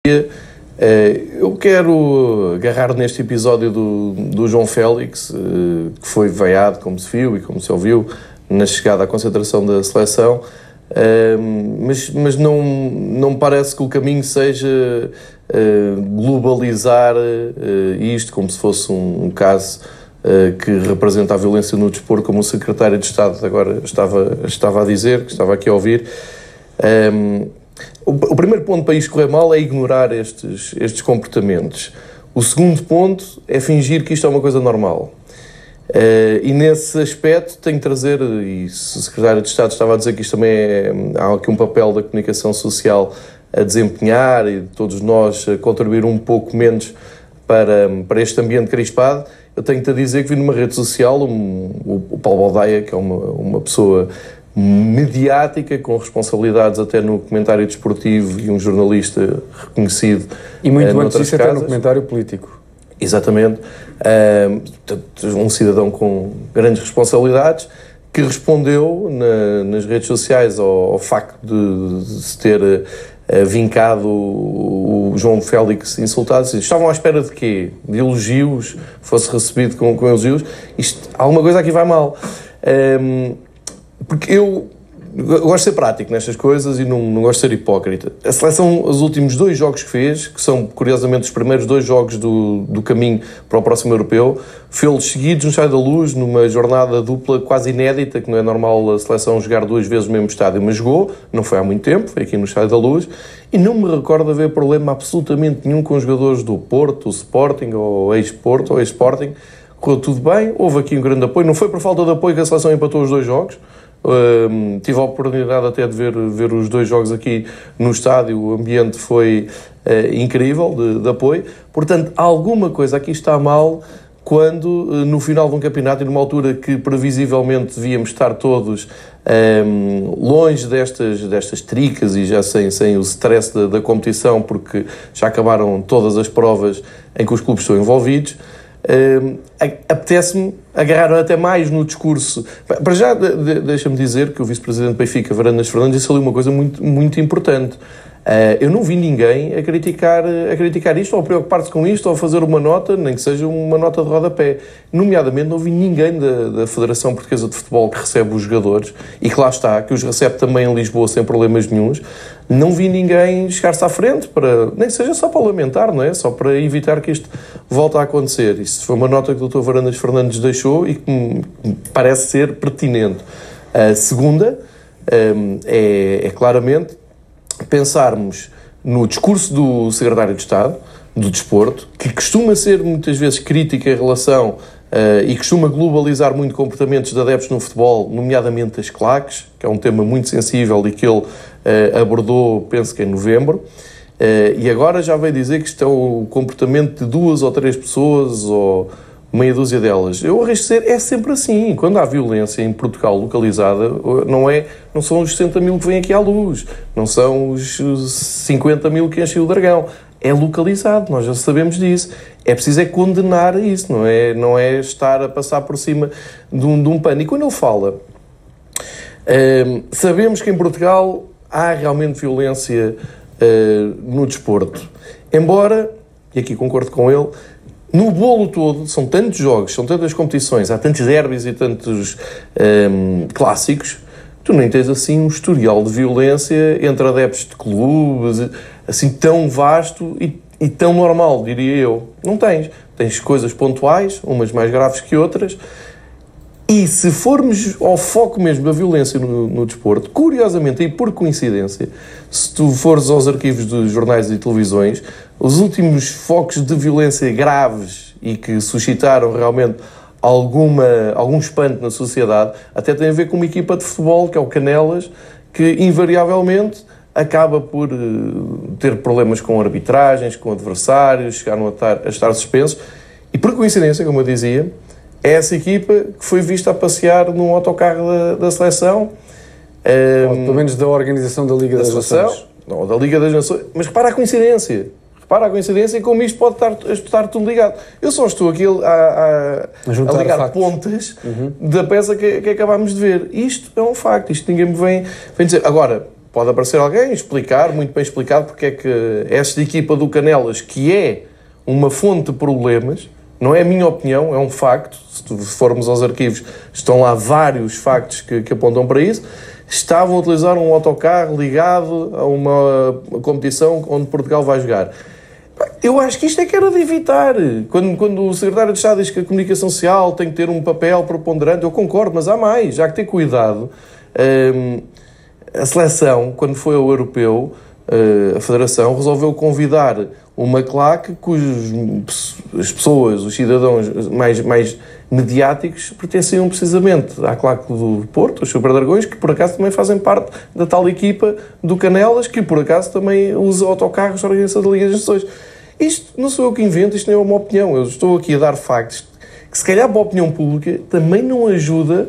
Eu quero agarrar neste episódio do João Félix, que foi veiado, como se viu e como se ouviu, na chegada à concentração da seleção, mas não me parece que o caminho seja globalizar isto como se fosse um caso que representa a violência no desporto, como o secretário de Estado agora estava a dizer, que estava aqui a ouvir. O primeiro ponto para isto correr mal é ignorar estes comportamentos. O segundo ponto é fingir que isto é uma coisa normal. E nesse aspecto tenho que trazer, e o secretário de Estado estava a dizer que isto também há aqui um papel da comunicação social a desempenhar e de todos nós a contribuir um pouco menos para este ambiente crispado. Eu tenho-te a dizer que vi numa rede social o Paulo Baldaia, que é uma pessoa mediática, com responsabilidades até no comentário desportivo e um jornalista reconhecido. E muito antes disso até no comentário político. Exatamente. Um cidadão com grandes responsabilidades que respondeu nas redes sociais ao facto de se ter vincado o João Félix insultado. Estavam à espera de quê? De elogios, fosse recebido com elogios. Alguma coisa aqui vai mal. Porque eu gosto de ser prático nestas coisas e não gosto de ser hipócrita. A seleção, os últimos 2 jogos que fez, que são, curiosamente, os primeiros 2 jogos do caminho para o próximo europeu, fê-los seguidos no Estádio da Luz, numa jornada dupla quase inédita, que não é normal a seleção jogar 2 vezes no mesmo estádio, mas jogou, não foi há muito tempo, foi aqui no Estádio da Luz, e não me recordo de haver problema absolutamente nenhum com os jogadores do Porto, do Sporting, ou ex-Porto, ou ex-Sporting. Correu tudo bem, houve aqui um grande apoio, não foi por falta de apoio que a seleção empatou os 2 jogos. Tive a oportunidade até de ver os 2 jogos aqui no estádio, o ambiente foi incrível de apoio. Portanto, alguma coisa aqui está mal quando no final de um campeonato e numa altura que previsivelmente devíamos estar todos longe destas tricas e já sem o stress da competição, porque já acabaram todas as provas em que os clubes estão envolvidos. Apetece-me agarrar até mais no discurso. Para já, deixa-me dizer que o vice-presidente do Benfica, Varandas Fernandes, disse ali uma coisa muito, muito importante. Eu não vi ninguém a criticar isto, ou a preocupar-se com isto, ou a fazer uma nota, nem que seja uma nota de rodapé. Nomeadamente, não vi ninguém da Federação Portuguesa de Futebol que recebe os jogadores, e que lá está, que os recebe também em Lisboa sem problemas nenhuns. Não vi ninguém chegar-se à frente, nem que seja só para lamentar, não é? Só para evitar que isto volte a acontecer. Isso foi uma nota que o Dr. Varandas Fernandes deixou e que me parece ser pertinente. A segunda é claramente pensarmos no discurso do secretário de Estado, do Desporto, que costuma ser muitas vezes crítico em relação e costuma globalizar muito comportamentos de adeptos no futebol, nomeadamente as claques, que é um tema muito sensível e que ele abordou, penso que em novembro, e agora já veio dizer que isto é o comportamento de 2 ou 3 pessoas ou meia dúzia delas. Eu arrisco dizer, é sempre assim. Quando há violência em Portugal localizada, não são os 60 mil que vêm aqui à luz, não são os 50 mil que enchem o Dragão. É localizado, nós já sabemos disso. É preciso condenar isso, não é estar a passar por cima de um pano. E quando ele fala, sabemos que em Portugal há realmente violência no desporto. Embora, e aqui concordo com ele, no bolo todo, são tantos jogos, são tantas competições, há tantos derbys e tantos clássicos, tu nem tens assim um historial de violência entre adeptos de clubes, assim tão vasto e tão normal, diria eu. Não tens. Tens coisas pontuais, umas mais graves que outras, e se formos ao foco mesmo da violência no desporto, curiosamente e por coincidência, se tu fores aos arquivos dos jornais e televisões, os últimos focos de violência graves e que suscitaram realmente algum espanto na sociedade, até tem a ver com uma equipa de futebol, que é o Canelas, que invariavelmente acaba por ter problemas com arbitragens, com adversários, chegaram a estar suspensos, e por coincidência, como eu dizia, é essa equipa que foi vista a passear num autocarro da seleção. Ou pelo menos da organização da Liga das Nações. Não, da Liga das Nações. Mas repara a coincidência. Repara a coincidência e como isto pode estar tudo ligado. Eu só estou aqui a ligar pontas da peça que acabámos de ver. Isto é um facto. Isto ninguém me vem dizer. Agora, pode aparecer alguém explicar, muito bem explicado, porque é que esta equipa do Canelas, que é uma fonte de problemas, não é a minha opinião, é um facto, se formos aos arquivos, estão lá vários factos que apontam para isso, estavam a utilizar um autocarro ligado a uma competição onde Portugal vai jogar. Eu acho que isto é que era de evitar. Quando o secretário de Estado diz que a comunicação social tem que ter um papel preponderante, eu concordo, mas há mais, há que ter cuidado. A seleção, quando foi ao europeu, a Federação resolveu convidar uma claque as pessoas, os cidadãos mais mediáticos, pertenciam precisamente à claque do Porto, os Super Dragões, que por acaso também fazem parte da tal equipa do Canelas, que por acaso também usa autocarros da Organização da Liga das Nações. Isto não sou eu que invento, isto não é uma opinião. Eu estou aqui a dar factos que, se calhar, para a opinião pública, também não ajuda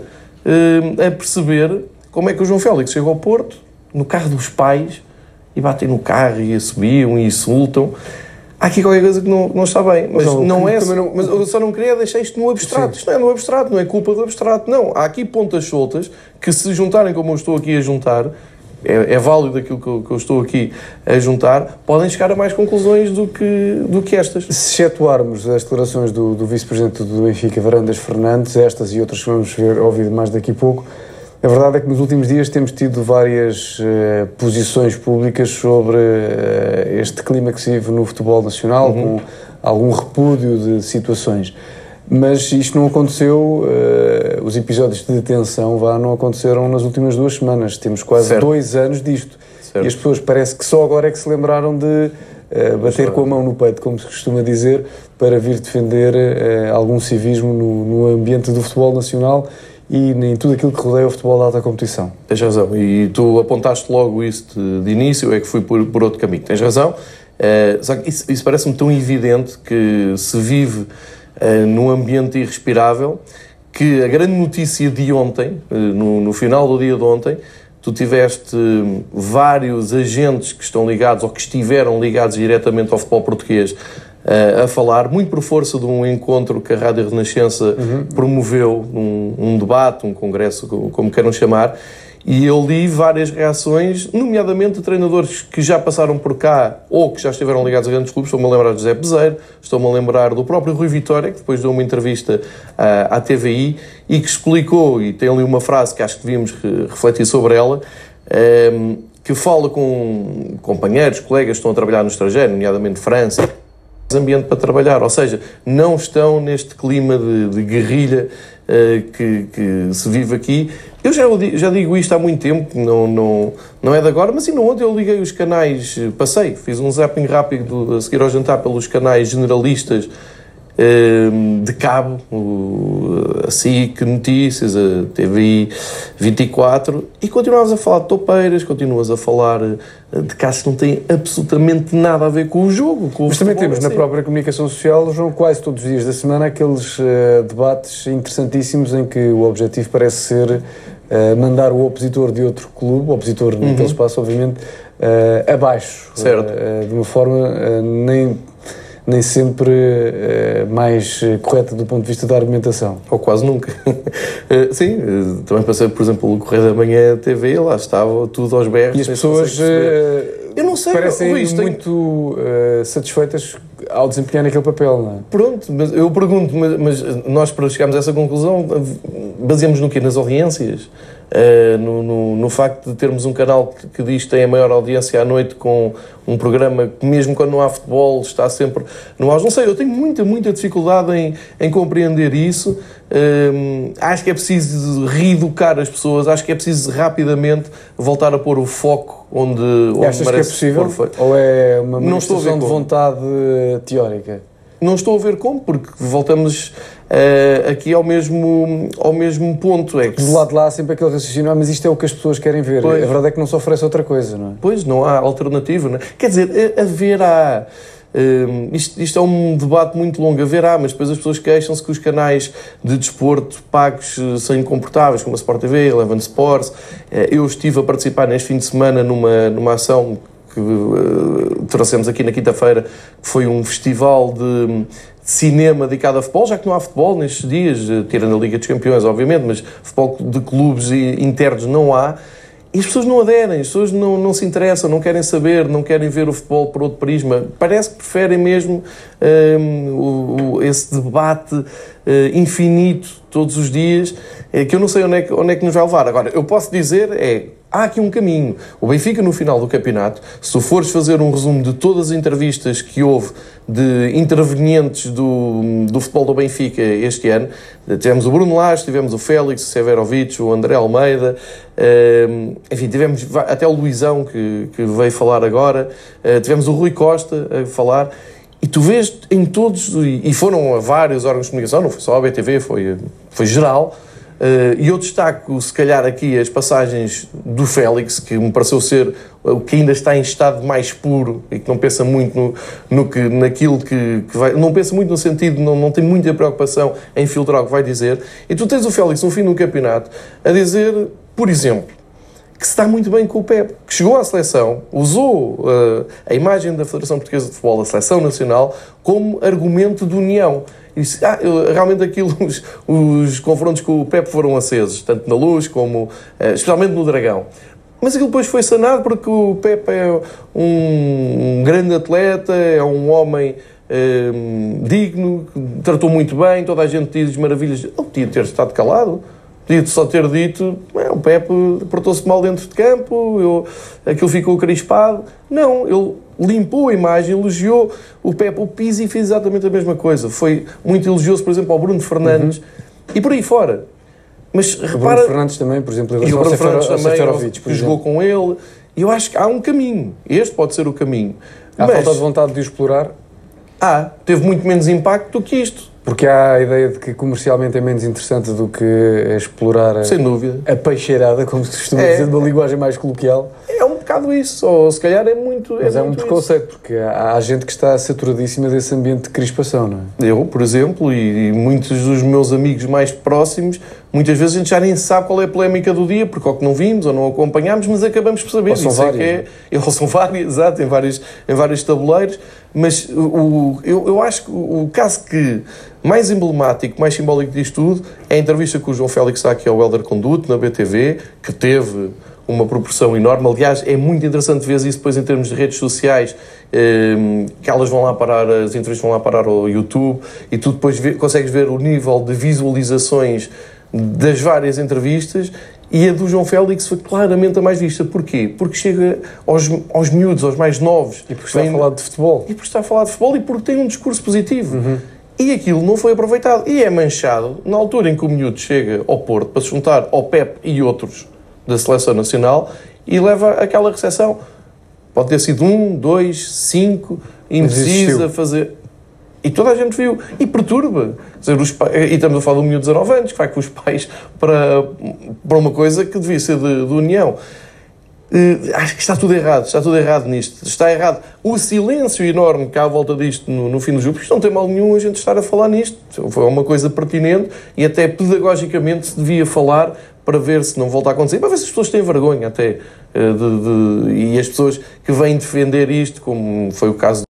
a perceber como é que o João Félix chega ao Porto, no carro dos pais, e batem no carro e assobiam e insultam. Há aqui qualquer coisa que não está bem. Mas mas eu só não queria deixar isto no abstrato. Sim. Isto não é no abstrato, não é culpa do abstrato. Não, há aqui pontas soltas que, se juntarem como eu estou aqui a juntar, é válido aquilo que eu estou aqui a juntar, podem chegar a mais conclusões do que estas. Se excetuarmos as declarações do vice-presidente do Benfica, Varandas Fernandes, estas e outras que vamos ouvir mais daqui a pouco, a verdade é que nos últimos dias temos tido várias posições públicas sobre este clima que se vive no futebol nacional, com algum repúdio de situações. Mas isto não aconteceu, os episódios de detenção não aconteceram nas últimas 2 semanas. Temos quase 2 anos disto. Certo. E as pessoas parece que só agora é que se lembraram de bater com a mão no peito, como se costuma dizer, para vir defender algum civismo no ambiente do futebol nacional e em tudo aquilo que rodeia o futebol de alta competição. Tens razão, e tu apontaste logo isso de início, é que fui por outro caminho. Tens razão, só que isso parece-me tão evidente que se vive num ambiente irrespirável, que a grande notícia de ontem, no final do dia de ontem, tu tiveste vários agentes que estão ligados, ou que estiveram ligados diretamente ao futebol português, a falar, muito por força de um encontro que a Rádio Renascença promoveu, um debate, um congresso, como queiram chamar, e eu li várias reações, nomeadamente de treinadores que já passaram por cá ou que já estiveram ligados a grandes clubes. Estou-me a lembrar de José Peseiro, estou-me a lembrar do próprio Rui Vitória, que depois deu uma entrevista à TVI e que explicou, e tem ali uma frase que acho que devíamos refletir sobre ela, que fala com companheiros, colegas que estão a trabalhar no estrangeiro, nomeadamente França, ambiente para trabalhar, ou seja, não estão neste clima de guerrilha que se vive aqui. Eu já digo isto há muito tempo, não é de agora, mas ainda ontem eu liguei os canais, fiz um zapping rápido a seguir ao jantar pelos canais generalistas de cabo, a SIC Notícias, a TVI 24, e continuavas a falar de toupeiras, continuas a falar de casos que não têm absolutamente nada a ver com o jogo. Mas também temos na própria comunicação social, João, quase todos os dias da semana, aqueles debates interessantíssimos em que o objetivo parece ser mandar o opositor de outro clube, o opositor naquele espaço, obviamente, abaixo. Certo. De uma forma nem sempre mais correta do ponto de vista da argumentação. Ou quase nunca. Sim, também passei, por exemplo, pelo Correio da Manhã TV, lá estava tudo aos berros. E as pessoas eu não sei, parecem muito satisfeitas ao desempenhar aquele papel, não é? Pronto, mas eu pergunto, mas nós para chegarmos a essa conclusão baseamos no quê? Nas audiências? No facto de termos um canal que diz que tem a maior audiência à noite, com um programa que mesmo quando não há futebol está sempre no auge. Não sei, eu tenho muita dificuldade em compreender isso. Acho que é preciso reeducar as pessoas, acho que é preciso rapidamente voltar a pôr o foco onde achas merece que é possível? Ou é uma manifestação de vontade teórica? Não estou a ver como, porque voltamos aqui ao mesmo ponto. É que do lado de lá há sempre aquele raciocínio, mas isto é o que as pessoas querem ver. Pois. A verdade é que não se oferece outra coisa, não é? Pois, não há alternativa, não é? Quer dizer, haverá... Isto é um debate muito longo, haverá, mas depois as pessoas queixam-se que os canais de desporto pagos são incomportáveis, como a Sport TV, Eleven Sports. Eu estive a participar neste fim de semana numa ação que trouxemos aqui na quinta-feira, que foi um festival de cinema dedicado a futebol, já que não há futebol nestes dias, tirando a Liga dos Campeões, obviamente, mas futebol de clubes internos não há. E as pessoas não aderem, as pessoas não se interessam, não querem saber, não querem ver o futebol por outro prisma. Parece que preferem mesmo esse debate infinito todos os dias, que eu não sei onde é que nos vai levar. Agora, eu posso dizer, há aqui um caminho. O Benfica, no final do campeonato, se tu fores fazer um resumo de todas as entrevistas que houve de intervenientes do futebol do Benfica este ano, tivemos o Bruno Lage, tivemos o Félix, o Severovic, o André Almeida, enfim, tivemos até o Luizão, que veio falar agora, tivemos o Rui Costa a falar, e tu vês em todos, e foram a vários órgãos de comunicação, não foi só a BTV, foi geral. E eu destaco, se calhar, aqui as passagens do Félix, que me pareceu ser o que ainda está em estado mais puro e que não pensa muito naquilo que vai... Não pensa muito no sentido, não tem muita preocupação em filtrar o que vai dizer. E tu tens o Félix, no fim do campeonato, a dizer, por exemplo, que se está muito bem com o Pepe, que chegou à seleção, usou a imagem da Federação Portuguesa de Futebol, da Seleção Nacional, como argumento de união. E disse, realmente os confrontos com o Pepe foram acesos, tanto na Luz como, especialmente no Dragão. Mas aquilo depois foi sanado porque o Pepe é um grande atleta, é um homem digno, tratou muito bem, toda a gente diz maravilhas. Ele podia ter estado calado. Podia só ter dito, o Pepe portou-se mal dentro de campo, aquilo ficou crispado. Não, ele limpou a imagem, elogiou o Pepe. O Pizzi fez exatamente a mesma coisa. Foi muito elogioso, por exemplo, ao Bruno Fernandes e por aí fora. Mas repara... O Bruno Fernandes também, por exemplo, e o Bruno Fernandes também, que jogou com ele. E eu acho que há um caminho. Este pode ser o caminho. Há falta de vontade de o explorar? Teve muito menos impacto do que isto. Porque há a ideia de que comercialmente é menos interessante do que explorar sem dúvida a peixeirada, como se costuma dizer, de uma linguagem mais coloquial. É um bocado isso, ou se calhar é muito... Mas é um muito preconceito, porque há gente que está saturadíssima desse ambiente de crispação, não é? Eu, por exemplo, e muitos dos meus amigos mais próximos, muitas vezes a gente já nem sabe qual é a polémica do dia, porque ou que não vimos, ou não acompanhámos, mas acabamos por saber. Ou são várias. Ou são várias, exato, em vários tabuleiros. Mas eu acho que o caso que mais emblemático, mais simbólico disto tudo, é a entrevista que o João Félix está aqui ao Helder Conduto, na BTV, que teve uma proporção enorme. Aliás, é muito interessante ver isso depois em termos de redes sociais, que elas vão lá parar, as entrevistas vão lá parar ao YouTube, e tu depois consegues ver o nível de visualizações das várias entrevistas, e a do João Félix foi claramente a mais vista. Porquê? Porque chega aos miúdos, aos mais novos. E porque está a falar de futebol. E porque está a falar de futebol e porque tem um discurso positivo. E aquilo não foi aproveitado. E é manchado na altura em que o miúdo chega ao Porto para se juntar ao Pepe e outros da Seleção Nacional e leva aquela recepção. Pode ter sido 1, 2, 5, indecisa, fazer... E toda a gente viu. E perturba. Quer dizer, e estamos a falar de um miúdo de 19 anos, que vai com os pais para uma coisa que devia ser de união. Acho que está tudo errado nisto. Está errado. O silêncio enorme que há à volta disto no fim do jogo, porque isto não tem mal nenhum a gente estar a falar nisto. Foi uma coisa pertinente e até pedagogicamente se devia falar para ver se não volta a acontecer, para ver se as pessoas têm vergonha até. E as pessoas que vêm defender isto, como foi o caso